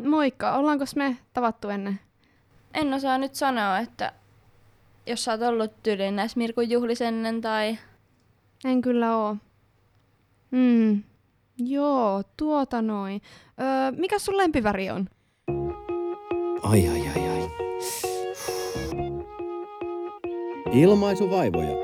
Moikka, ollaanko me tavattu ennen? En osaa nyt sanoa, että jos sä oot ollut tyyliin näissä Mirkun juhlisennen tai... En kyllä oo. Joo, noin. Mikä sun lempiväri on? Ai. Ilmaisuvaivoja.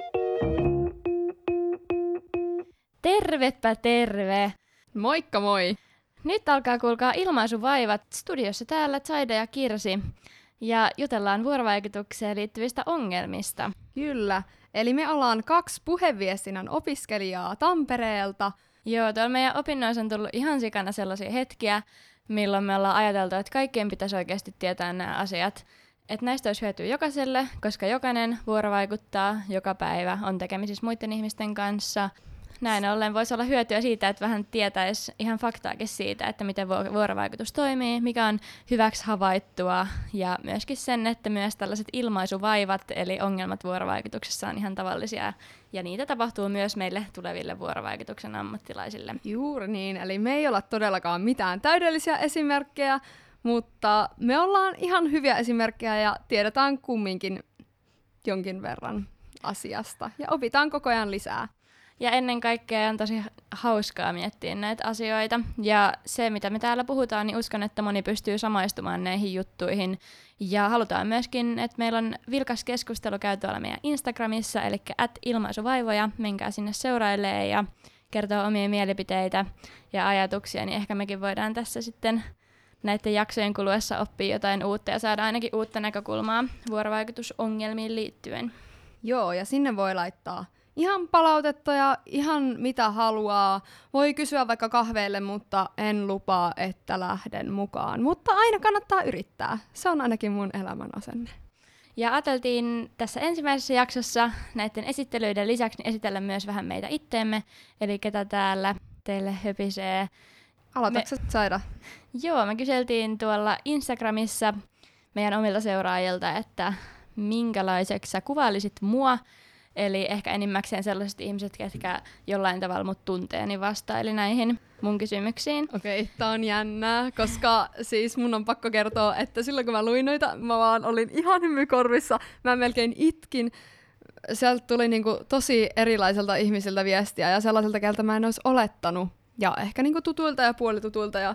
Tervepä terve! Moikka moi! Nyt alkaa kuulkaa ilmaisuvaivat. Studiossa täällä Zaida ja Kirsi. Ja jutellaan vuorovaikutukseen liittyvistä ongelmista. Kyllä, eli me ollaan 2 puheviestinnän opiskelijaa Tampereelta. Joo, tuolla meidän opinnoissa on tullut ihan sikana sellaisia hetkiä, milloin me ollaan ajateltu, että kaikkien pitäisi oikeasti tietää nämä asiat. Että näistä olisi hyötyä jokaiselle, koska jokainen vuorovaikuttaa joka päivä, on tekemisissä muiden ihmisten kanssa. Näin ollen voisi olla hyötyä siitä, että vähän tietäisi ihan faktaakin siitä, että miten vuorovaikutus toimii, mikä on hyväksi havaittua ja myöskin sen, että myös tällaiset ilmaisuvaivat eli ongelmat vuorovaikutuksessa on ihan tavallisia ja niitä tapahtuu myös meille tuleville vuorovaikutuksen ammattilaisille. Juuri niin, eli me ei olla todellakaan mitään täydellisiä esimerkkejä, mutta me ollaan ihan hyviä esimerkkejä ja tiedetään kumminkin jonkin verran asiasta ja opitaan koko ajan lisää. Ja ennen kaikkea on tosi hauskaa miettiä näitä asioita. Ja se, mitä me täällä puhutaan, niin uskon, että moni pystyy samaistumaan näihin juttuihin. Ja halutaan myöskin, että meillä on vilkas keskustelu käy tuolla meidän Instagramissa, eli @ilmaisuvaivoja. Menkää sinne seurailee ja kertoo omia mielipiteitä ja ajatuksia, niin ehkä mekin voidaan tässä sitten näiden jaksojen kuluessa oppia jotain uutta ja saada ainakin uutta näkökulmaa vuorovaikutusongelmiin liittyen. Joo, ja sinne voi laittaa ihan palautetta ja ihan mitä haluaa. Voi kysyä vaikka kahveille, mutta en lupaa, että lähden mukaan. Mutta aina kannattaa yrittää. Se on ainakin mun elämän asenne. Ja ajateltiin tässä ensimmäisessä jaksossa näiden esittelyiden lisäksi niin esitellä myös vähän meitä itteemme. Eli ketä täällä teille höpisee. Aloitatko Zaida? Joo, me kyseltiin tuolla Instagramissa meidän omilta seuraajilta, että minkälaiseksi sä kuvailisit mua. Eli ehkä enimmäkseen sellaiset ihmiset, ketkä jollain tavalla mut tuntee, niin vastaili näihin mun kysymyksiin. Okei, tää on jännää, koska siis mun on pakko kertoa, että silloin kun mä luin noita, mä vaan olin ihan hymykorvissa. Mä melkein itkin. Sieltä tuli niinku tosi erilaiselta ihmisiltä viestiä ja sellaiselta, keltä mä en olisi olettanut. Ja ehkä niinku tutuilta ja puolitutuilta ja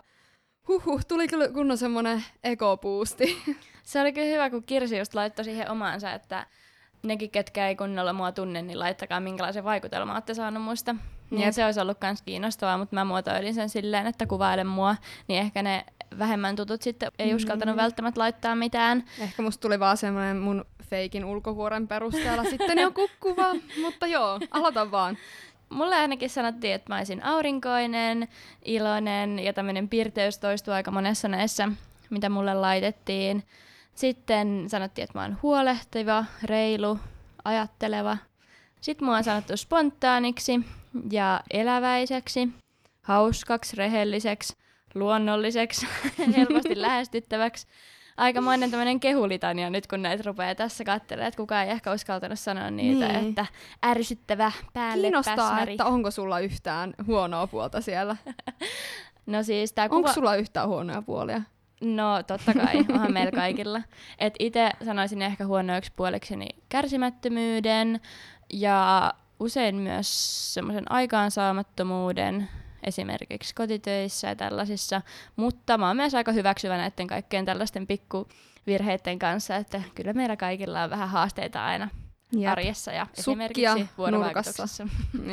tuli kyllä kunnon semmonen ego-boosti. Se oli kyllä hyvä, kun Kirsi just laittoi siihen omaansa, että nekin, ketkä ei kunnolla mua tunne, niin laittakaa minkälaisen vaikutelman olette saanut musta. Niin se olisi ollut kans kiinnostavaa, mutta mä muotoilin sen silleen, että kuvaile mua, niin ehkä ne vähemmän tutut sitten ei uskaltanut välttämättä laittaa mitään. Ehkä musta tuli vaan semmoinen mun feikin ulkokuoren perusteella sitten joku kuva, mutta joo, aloita vaan. Mulle ainakin sanottiin, että mä olisin aurinkoinen, iloinen ja tämmöinen pirteys toistuu aika monessa näissä, mitä mulle laitettiin. Sitten sanottiin, että mä oon huolehtiva, reilu, ajatteleva. Sitten mua on sanottu spontaaniksi ja eläväiseksi, hauskaksi, rehelliseksi, luonnolliseksi, helposti lähestyttäväksi. Aikamoinen tämmöinen kehulitania nyt, kun näitä rupeaa tässä katselemaan, että kukaan ei ehkä uskaltanut sanoa niitä, että ärsyttävä, päälle kiinnostaa, päsmäri. Että onko sulla yhtään huonoa puolta siellä? No siis tää onko sulla yhtään huonoja puolia? No totta kai, onhan meillä kaikilla. Et itse sanoisin ehkä huonoiksi puolekseni kärsimättömyyden ja usein myös semmoisen aikaansaamattomuuden, esimerkiksi kotitöissä ja tällaisissa, mutta mä oon myös aika hyväksyvä näiden kaikkien tällaisten pikkuvirheiden kanssa, että kyllä meillä kaikilla on vähän haasteita aina arjessa ja sukkia esimerkiksi vuorovaikutuksessa.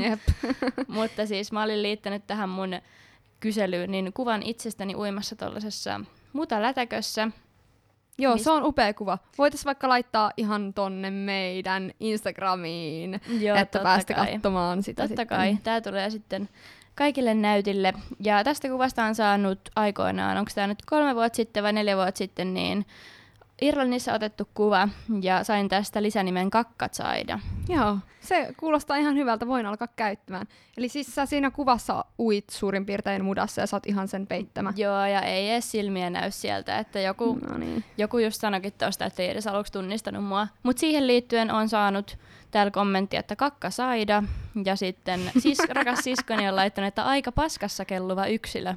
Mutta siis mä olin liittänyt tähän mun kyselyyn niin kuvan itsestäni uimassa tuollaisessa mutalätäkössä. Joo, se on upea kuva. Voitaisiin vaikka laittaa ihan tonne meidän Instagramiin, joo, että päästä katsomaan sitä totta sitten. Kai, tää tulee sitten kaikille näytille. Ja tästä kuvasta on saanut aikoinaan, onko tämä nyt 3 vuotta sitten vai 4 vuotta sitten, niin Irlannissa otettu kuva ja sain tästä lisänimen Kakka Zaida. Joo, se kuulostaa ihan hyvältä, voin alkaa käyttämään. Eli siis sä siinä kuvassa uit suurin piirtein mudassa ja sä oot ihan sen peittämä. Joo, ja ei edes silmiä näy sieltä, että joku just sanoikin tosta, että ei edes aluksi tunnistanut mua. Mutta siihen liittyen on saanut täällä kommentti, että kakka saida, ja sitten rakas siskoni on laittanut, että aika paskassa kelluva yksilö.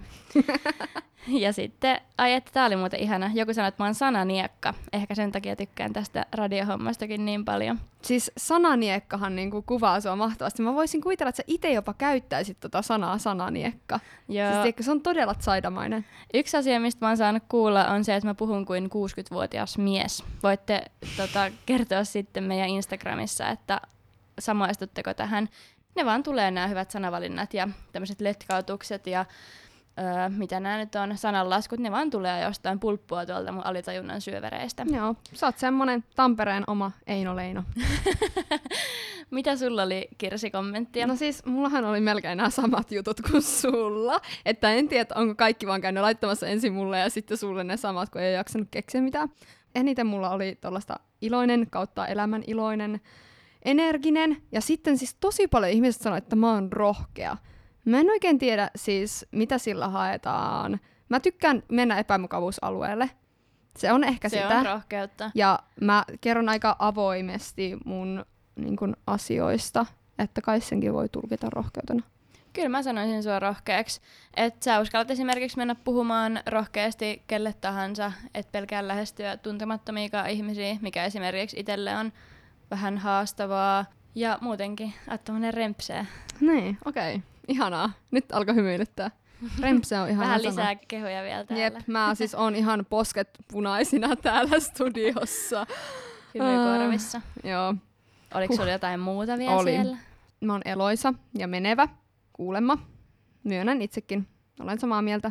Ja sitten, että tää oli muuten ihana, joku sanoi, että mä oon sananiekka. Ehkä sen takia tykkään tästä radiohommastakin niin paljon. Siis sananiekkahan niinku kuvaa sua mahtavasti. Mä voisin kuvitella, että sä itse jopa käyttäisit tota sanaa sananiekka. Joo. Siis tiedätkö, se on todella saidamainen. Yksi asia, mistä mä oon saanut kuulla, on se, että mä puhun kuin 60-vuotias mies. Voitte kertoa sitten meidän Instagramissa, että samaistutteko tähän. Ne vaan tulee nämä hyvät sanavalinnat ja tämmöiset letkautukset ja mitä nämä nyt on, sananlaskut, ne vaan tulee jostain pulppua tuolta mun alitajunnan syövereistä. Joo, sä oot semmonen Tampereen oma Eino Leino. Mitä sulla oli, Kirsi, kommenttia? No siis, mullahan oli melkein nämä samat jutut kuin sulla. Että en tiedä, onko kaikki vaan käynyt laittamassa ensin mulle ja sitten sulle ne samat, kun ei jaksanut keksiä mitään. Eniten mulla oli tollaista iloinen kautta elämän iloinen, energinen. Ja sitten siis tosi paljon ihmiset sanoo, että mä oon rohkea. Mä en oikein tiedä siis, mitä sillä haetaan. Mä tykkään mennä epämukavuusalueelle. Se on ehkä se sitä. Se on rohkeutta. Ja mä kerron aika avoimesti mun niin kun, asioista, että kai senkin voi tulkita rohkeutena. Kyllä mä sanoisin sua rohkeaksi. Että sä uskallat esimerkiksi mennä puhumaan rohkeasti kelle tahansa, et pelkää lähestyä tuntemattomiakaan ihmisiä, mikä esimerkiksi itselle on vähän haastavaa. Ja muutenkin, oot tommonen rempseä. Niin, okei. Ihanaa. Nyt alkoi hymyilyttää. Rempse on ihana vähän sana. lisää kehoja vielä täällä. Jep, mä siis on ihan posket punaisina täällä studiossa. Hymykorvissa. Joo. Oliko sulla jotain muuta vielä Oli. siellä? Mä oon eloisa ja menevä, kuulemma. Myönnän itsekin, olen samaa mieltä.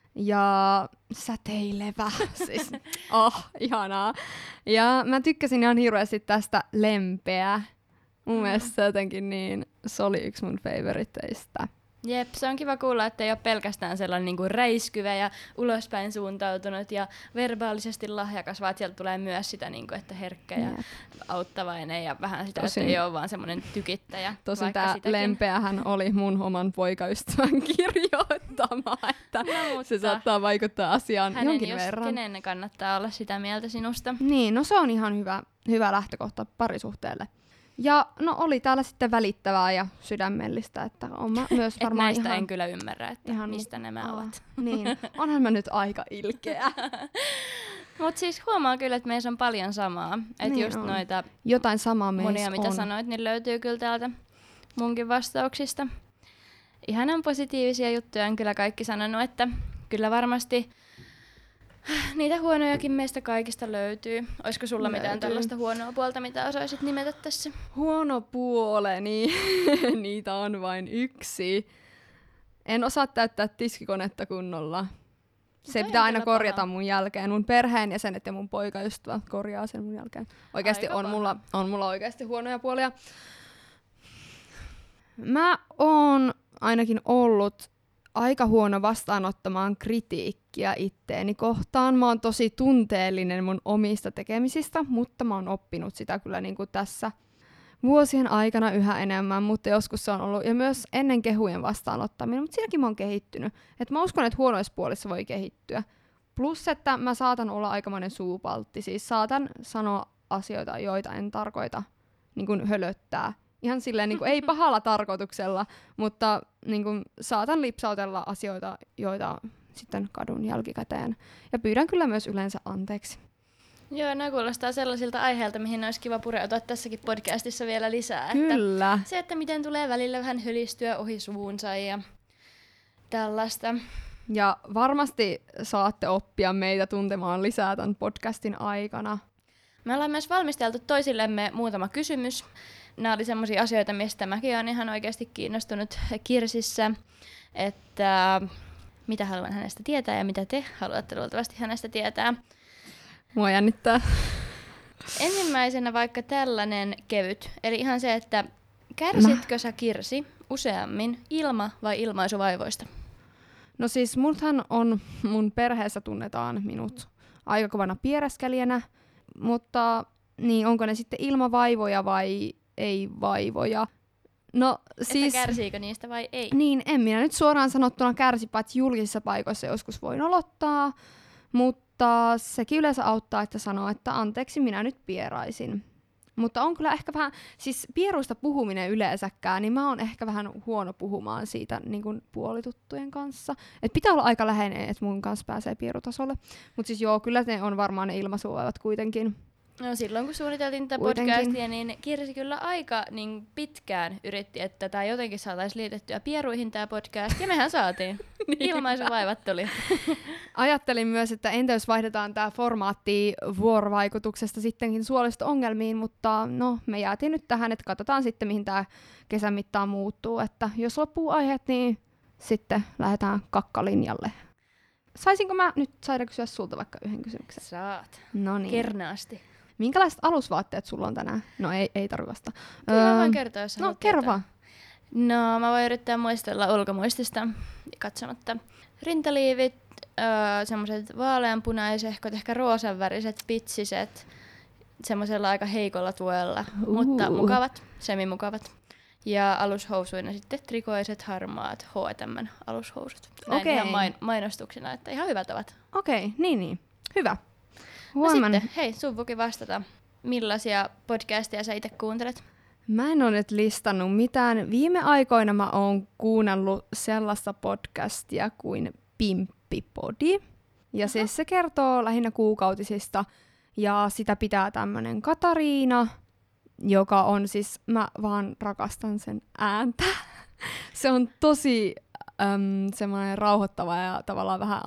Ja säteilevä, siis. Ihanaa. Ja mä tykkäsin ihan hirveästi tästä lempeä. Mun mielestä jotenkin niin, se oli yksi mun favoritteista. Jep, se on kiva kuulla, että ei ole pelkästään sellainen niinku räiskyvä ja ulospäin suuntautunut ja verbaalisesti lahjakas, vaan sieltä tulee myös sitä, niinku, että herkkä ja auttavainen ja vähän sitä, että ei ole vaan semmoinen tykittäjä. Tosin tää lempeähän oli mun oman poikaystävän kirjoittama, että se saattaa vaikuttaa asiaan jonkin verran. Kenen kannattaa olla sitä mieltä sinusta. Niin, no se on ihan hyvä lähtökohta parisuhteelle. Ja no oli täällä sitten välittävää ja sydämellistä, että on mä myös varmaan näistä ihan... en kyllä ymmärrä, että ihan mistä nämä ovat. Niin, onhan mä nyt aika ilkeä. Mut siis huomaa kyllä, että meissä on paljon samaa. Että niin just on. noita jotain samaa meissä monia, mitä sanoit, niin löytyy kyllä täältä munkin vastauksista. Ihanan positiivisia juttuja on kyllä kaikki sanonut, että kyllä varmasti niitä huonojakin meistä kaikista löytyy. Olisiko sulla mitään tällaista huonoa puolta, mitä osaisit nimetä tässä? Huono puoleni, niitä on vain yksi. En osaa täyttää tiskikonetta kunnolla. Se pitää aina korjata mun jälkeen. Mun perheenjäsenet ja mun poikaystävät korjaa sen mun jälkeen. Oikeasti on mulla oikeasti huonoja puolia. Mä oon ainakin ollut aika huono vastaanottamaan kritiikkiä itteeni kohtaan. Mä oon tosi tunteellinen mun omista tekemisistä, mutta mä oon oppinut sitä kyllä niin kuin tässä vuosien aikana yhä enemmän, mutta joskus se on ollut, ja myös ennen kehujen vastaanottaminen, mutta siinäkin mä oon kehittynyt. Et mä uskon, että huonoissa puolissa voi kehittyä. Plus, että mä saatan olla aikamoinen suupaltti, siis saatan sanoa asioita, joita en tarkoita niin kuin hölöttää. Ihan silleen, niin kuin, ei pahalla tarkoituksella, mutta niin kuin, saatan lipsautella asioita, joita sitten kadun jälkikäteen. Ja pyydän kyllä myös yleensä anteeksi. Joo, nämä kuulostaa sellaisilta aiheilta, mihin olisi kiva pureutua tässäkin podcastissa vielä lisää. Kyllä. Että se, että miten tulee välillä vähän hölistyä ohi suunsa ja tällaista. Ja varmasti saatte oppia meitä tuntemaan lisää tämän podcastin aikana. Me ollaan myös valmisteltu toisillemme muutama kysymys. Nämä oli sellaisia asioita, mistä mäkin olen ihan oikeasti kiinnostunut Kirsissä, että mitä haluan hänestä tietää ja mitä te haluatte luultavasti hänestä tietää. Mua jännittää. Ensimmäisenä vaikka tällainen kevyt, eli ihan se, että kärsitkö sä, Kirsi, useammin ilma- vai ilmaisuvaivoista? No siis mun perheessä tunnetaan minut aika kovana pieräskelijänä, mutta niin onko ne sitten ilmavaivoja vai ei-vaivoja. No siis... Että kärsiikö niistä vai ei? Niin, en minä nyt suoraan sanottuna kärsi, paitsi julkisissa paikoissa joskus voi nolottaa, mutta sekin yleensä auttaa, että sanoo, että anteeksi, minä nyt pieraisin. Mutta on kyllä ehkä vähän, siis pieruista puhuminen yleensäkään, niin mä oon ehkä vähän huono puhumaan siitä niin kuin puolituttujen kanssa. Et pitää olla aika läheinen, että mun kanssa pääsee pierutasolle. Mutta siis joo, kyllä ne on varmaan ne ilmaisuoivat kuitenkin. No silloin kun suunniteltiin tätä Kuitenkin. podcastia, niin Kirsi kyllä aika niin pitkään yritti, että tämä jotenkin saataisiin liitettyä pieruihin tämä podcast, ja mehän saatiin. Ilmaisuvaivat tuli. Ajattelin myös, että entä jos vaihdetaan tämä formaatti vuorovaikutuksesta sittenkin suolisto-ongelmiin, mutta no, me jäätiin nyt tähän, että katsotaan sitten, mihin tämä kesän mittaan muuttuu. Että jos loppuu aiheet, niin sitten lähdetään kakkalinjalle. Saisinko mä nyt saada kysyä sulta vaikka yhden kysymyksen? Saat. No niin. Kernaasti. Minkälaiset alusvaatteet sulla on tänään? No ei tarvi vasta. Kyllä mä voin kertoa, jos No haluat kerro tietää. vaan. No, mä voin yrittää muistella ulkomuistista katsomatta. Rintaliivit, semmoiset vaaleanpunaisehkot, ehkä roosanväriset, pitsiset, semmoisella aika heikolla tuella, mutta mukavat, semimukavat. Ja alushousuina sitten trikoiset, harmaat H&M-alushousut. Näin Okei. ihan mainostuksena, että ihan hyvät ovat. Okei, niin. Hyvä. No Huomenna. sitten, hei, sun voikin vastata. Millaisia podcasteja sä itse kuuntelet? Mä en ole nyt listannut mitään. Viime aikoina mä oon kuunnellut sellaista podcastia kuin Pimppipodi. Ja siis se kertoo lähinnä kuukautisista. Ja sitä pitää tämmönen Katariina, joka on siis, mä vaan rakastan sen ääntä. Se on tosi semmoinen rauhoittava ja tavallaan vähän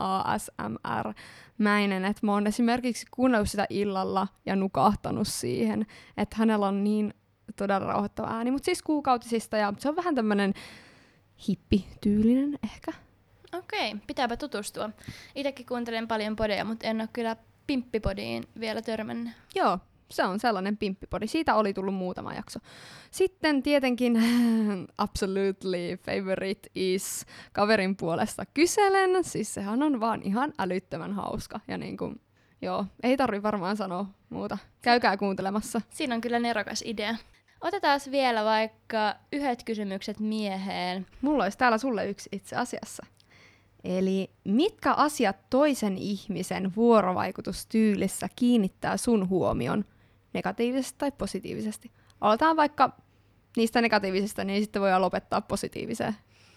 ASMR-mäinen, että mä oon esimerkiksi kuunnellut sitä illalla ja nukahtanut siihen, että hänellä on niin todella rauhoittava ääni, mutta siis kuukautisista ja se on vähän tämmönen hippityylinen ehkä. Okei, pitääpä tutustua. Itsekin kuuntelen paljon podeja, mutta en ole kyllä Pimppipodiin vielä törmännyt. Joo, se on sellainen pimppipodi. Siitä oli tullut muutama jakso. Sitten tietenkin absolutely favorite is kaverin puolesta kyselen. Siis sehän on vaan ihan älyttömän hauska. Ja niin kuin, joo, ei tarvi varmaan sanoa muuta. Käykää kuuntelemassa. Siinä on kyllä nerokas idea. Otetaan vielä vaikka yhdet kysymykset mieheen. Mulla olisi täällä sulle yksi itse asiassa. Eli mitkä asiat toisen ihmisen vuorovaikutustyylissä kiinnittää sun huomion negatiivisesti tai positiivisesti? Aloitetaan vaikka niistä negatiivisista, niin sitten voidaan lopettaa positiiviseen.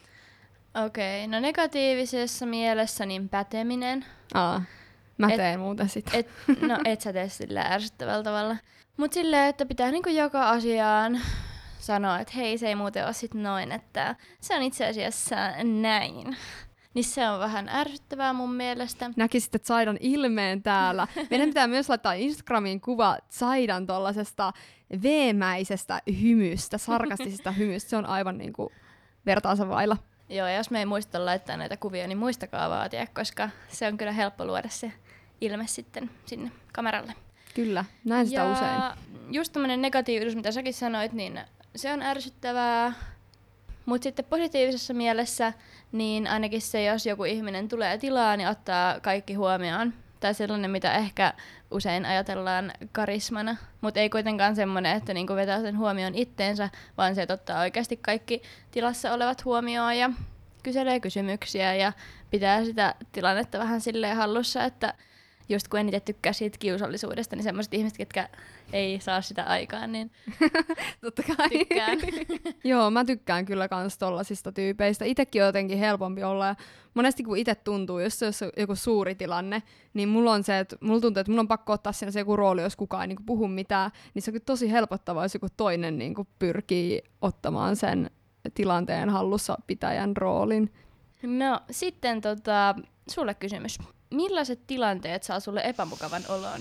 Okei, no negatiivisessa mielessä niin päteminen. Mä teen muuten sitä. No et sä tee sillä ärsyttävällä tavalla. Mut silleen, että pitää niinku joka asiaan sanoa, että hei, se ei muuten ole sit noin, että se on itse asiassa näin. Niin se on vähän ärsyttävää mun mielestä. Näkisit, että Zaidan ilmeen täällä. Meidän pitää myös laittaa Instagramiin kuva Zaidan tollasesta veemäisestä hymystä, sarkastisesta hymystä. Se on aivan niinku vertaansa vailla. Joo, ja jos me ei muista laittaa näitä kuvia, niin muistakaa vaatia, koska se on kyllä helppo luoda se ilme sitten sinne kameralle. Kyllä, näin sitä usein. Ja just tämmönen negatiivisuus, mitä säkin sanoit, niin se on ärsyttävää. Mutta sitten positiivisessa mielessä, niin ainakin se, jos joku ihminen tulee tilaan, niin ottaa kaikki huomioon. Tai sellainen, mitä ehkä usein ajatellaan karismana, mutta ei kuitenkaan semmoinen, että niinku vetää sen huomioon itteensä, vaan se, että ottaa oikeasti kaikki tilassa olevat huomioon ja kyselee kysymyksiä ja pitää sitä tilannetta vähän silleen hallussa, että just kun en itse tykkää siitä kiusallisuudesta, niin semmoiset ihmiset, ketkä ei saa sitä aikaan, niin Totta kai. tykkään. Joo, mä tykkään kyllä kans tollasista tyypeistä. Itekin on jotenkin helpompi olla. Ja monesti kun itse tuntuu, jos se on joku suuri tilanne, niin mulla on se, että mulla tuntuu, että mulla on pakko ottaa siinä se joku rooli, jos kukaan ei niin puhu mitään. Niin se on kyllä tosi helpottavaa, jos joku toinen niin pyrkii ottamaan sen tilanteen hallussa pitäjän roolin. No sitten sulle kysymys. Millaiset tilanteet saa sulle epämukavan olon?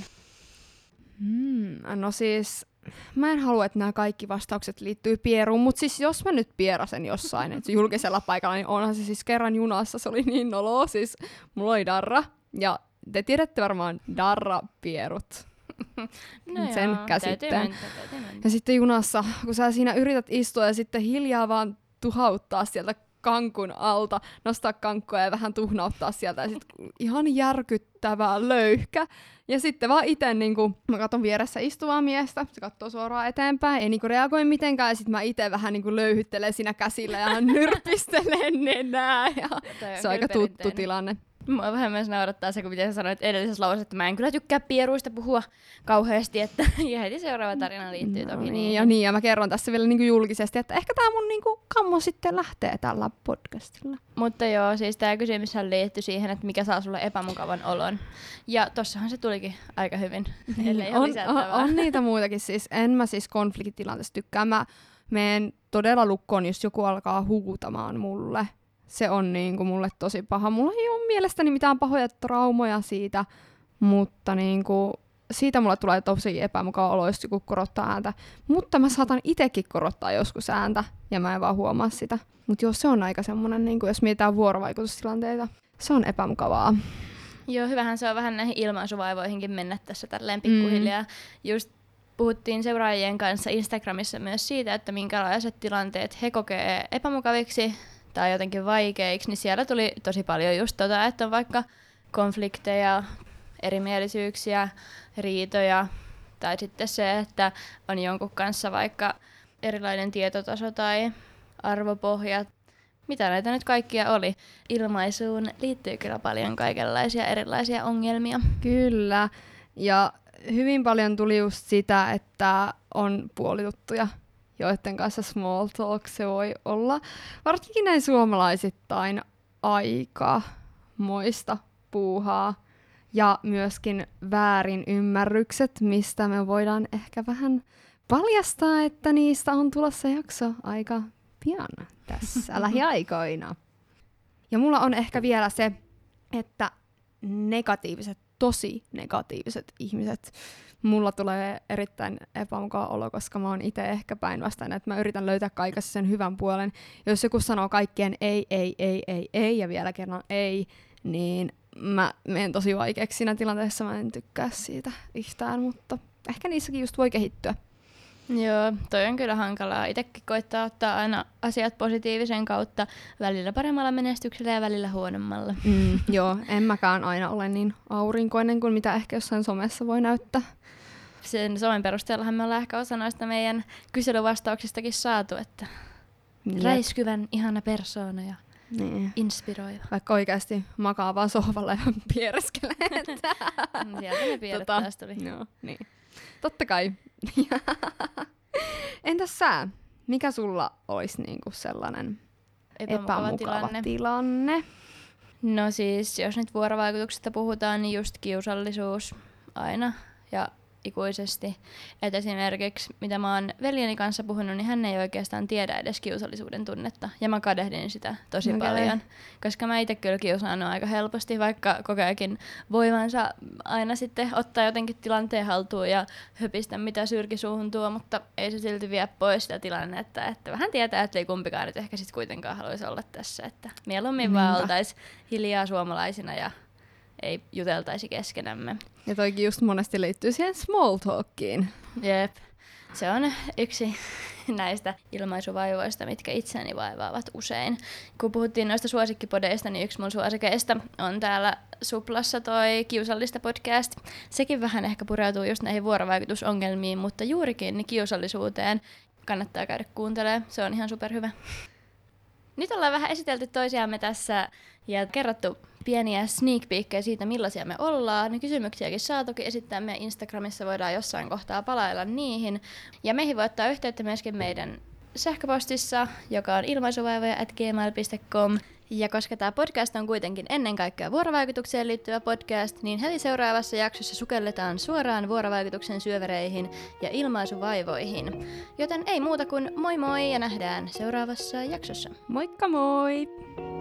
No siis, mä en halua, että nämä kaikki vastaukset liittyy pieruun, mutta siis jos mä nyt pierasen jossain että julkisella paikalla, niin onhan se siis kerran junassa, se oli niin noloa, siis mulla oli darra, ja te tiedätte varmaan darra-pierut. No sen joo, käsitteen. täytyy mennä. Ja sitten junassa, kun sä siinä yrität istua ja sitten hiljaa vaan tuhauttaa sieltä kankun alta, nostaa kankkua ja vähän tuhnauttaa sieltä. Ja sit ihan järkyttävää löyhkä. Ja sitten vaan ite niinku, mä katson vieressä istuvaa miestä, se katsoo suoraan eteenpäin, ei niinku reagoi mitenkään. Ja sit mä ite vähän niinku löyhyttelen siinä käsillä ja nyrpistelen nenää. Ja se on aika tuttu tilanne. Mua vähän myös naurattaa se, kun miten sä sanoit edellisessä lauseessa, että mä en kyllä tykkää pieruista puhua kauheasti, että ja heti seuraava tarina liittyy toki niin. Ja mä kerron tässä vielä niinku julkisesti, että ehkä tää mun niinku kammo sitten lähtee tällä podcastilla. Mutta joo, siis tää kysymyshän liittyy siihen, että mikä saa sulle epämukavan olon. Ja tossahan se tulikin aika hyvin, ellei ole lisättävää. On niitä muitakin siis. En mä siis konfliktitilanteessa tykkää. Mä menen todella lukkoon, jos joku alkaa huutamaan mulle. Se on niinku mulle tosi paha. Mulla ei ole mielestäni mitään pahoja traumoja siitä, mutta niinku siitä mulle tulee tosi epämukava olo, jos joku korottaa ääntä. Mutta mä saatan itekin korottaa joskus ääntä, ja mä en vaan huomaa sitä. Mutta joo, se on aika semmonen, niinku, jos mietitään vuorovaikutustilanteita, se on epämukavaa. Joo, hyvähän se on vähän näihin ilmaisuvaivoihinkin mennä tässä tälleen pikkuhiljaa. Just puhuttiin seuraajien kanssa Instagramissa myös siitä, että minkälaiset tilanteet he kokee epämukaviksi tai jotenkin vaikeiksi, niin siellä tuli tosi paljon just että on vaikka konflikteja, erimielisyyksiä, riitoja, tai sitten se, että on jonkun kanssa vaikka erilainen tietotaso tai arvopohja. Mitä näitä nyt kaikkia oli? Ilmaisuun liittyy kyllä paljon kaikenlaisia erilaisia ongelmia. Kyllä, ja hyvin paljon tuli just sitä, että on puolituttuja, joiden kanssa small talk se voi olla. Varsinkin näin suomalaisittain aika moista puuhaa. Ja myöskin väärin ymmärrykset, mistä me voidaan ehkä vähän paljastaa, että niistä on tulossa jakso aika pian tässä lähiaikoina. Ja mulla on ehkä vielä se, että tosi negatiiviset ihmiset, mulla tulee erittäin epämukava olo, koska mä oon itse ehkä päinvastainen, että mä yritän löytää kaikessa sen hyvän puolen. Jos joku sanoo kaikkien ei ja vielä kerran ei, niin mä menen tosi vaikeaksi siinä tilanteessa, mä en tykkää siitä yhtään, mutta ehkä niissäkin just voi kehittyä. Joo, toi on kyllä hankalaa. Itsekin koittaa ottaa aina asiat positiivisen kautta, välillä paremmalla menestyksellä ja välillä huonommalla. Joo, en mäkään aina ole niin aurinkoinen kuin mitä ehkä jossain somessa voi näyttää. Sen somen perusteellahan me ollaan ehkä osa noista meidän kyselyvastauksistakin saatu, että räiskyvän ihana persoona ja inspiroiva. Vaikka oikeasti makaa vaan sohvalla ja piereskelee. Sieltä ne pienet taas tuli. No, niin. Totta kai. Entäs sä? Mikä sulla olisi niinku sellainen epämukava tilanne? No siis, jos nyt vuorovaikutuksesta puhutaan, niin just kiusallisuus aina ja ikuisesti. Et esimerkiksi, mitä mä oon veljeni kanssa puhunut, niin hän ei oikeastaan tiedä edes kiusallisuuden tunnetta. Ja mä kadehdin sitä tosi paljon, koska mä itse kyllä kiusannut aika helposti, vaikka kokeekin voivansa aina sitten ottaa jotenkin tilanteen haltuun ja höpistä mitä syrki suuhun tuo, mutta ei se silti vie pois sitä tilannetta, että vähän tietää, että ei kumpikaan nyt ehkä sit kuitenkaan haluaisi olla tässä, että mieluummin vaan oltaisiin hiljaa suomalaisina ja ei juteltaisi keskenämme. Ja toikin just monesti liittyy siihen small talkiin. Jep. Se on yksi näistä ilmaisuvaivoista, mitkä itseäni vaivaavat usein. Kun puhuttiin noista suosikkipodeista, niin yksi mun suosikeista on täällä Suplassa toi Kiusallista podcast. Sekin vähän ehkä pureutuu just näihin vuorovaikutusongelmiin, mutta juurikin kiusallisuuteen kannattaa käydä kuuntelemaan. Se on ihan superhyvä. Nyt ollaan vähän esitelty toisiamme tässä ja kerrottu pieniä sneak peekkejä siitä, millaisia me ollaan. Ne kysymyksiäkin saa toki esittää meidän Instagramissa, voidaan jossain kohtaa palailla niihin. Ja meihin voi ottaa yhteyttä myöskin meidän sähköpostissa, joka on ilmaisuvaivoja@gmail.com. Ja koska tämä podcast on kuitenkin ennen kaikkea vuorovaikutukseen liittyvä podcast, niin heti seuraavassa jaksossa sukelletaan suoraan vuorovaikutuksen syövereihin ja ilmaisuvaivoihin. Joten ei muuta kuin moi moi ja nähdään seuraavassa jaksossa. Moikka moi!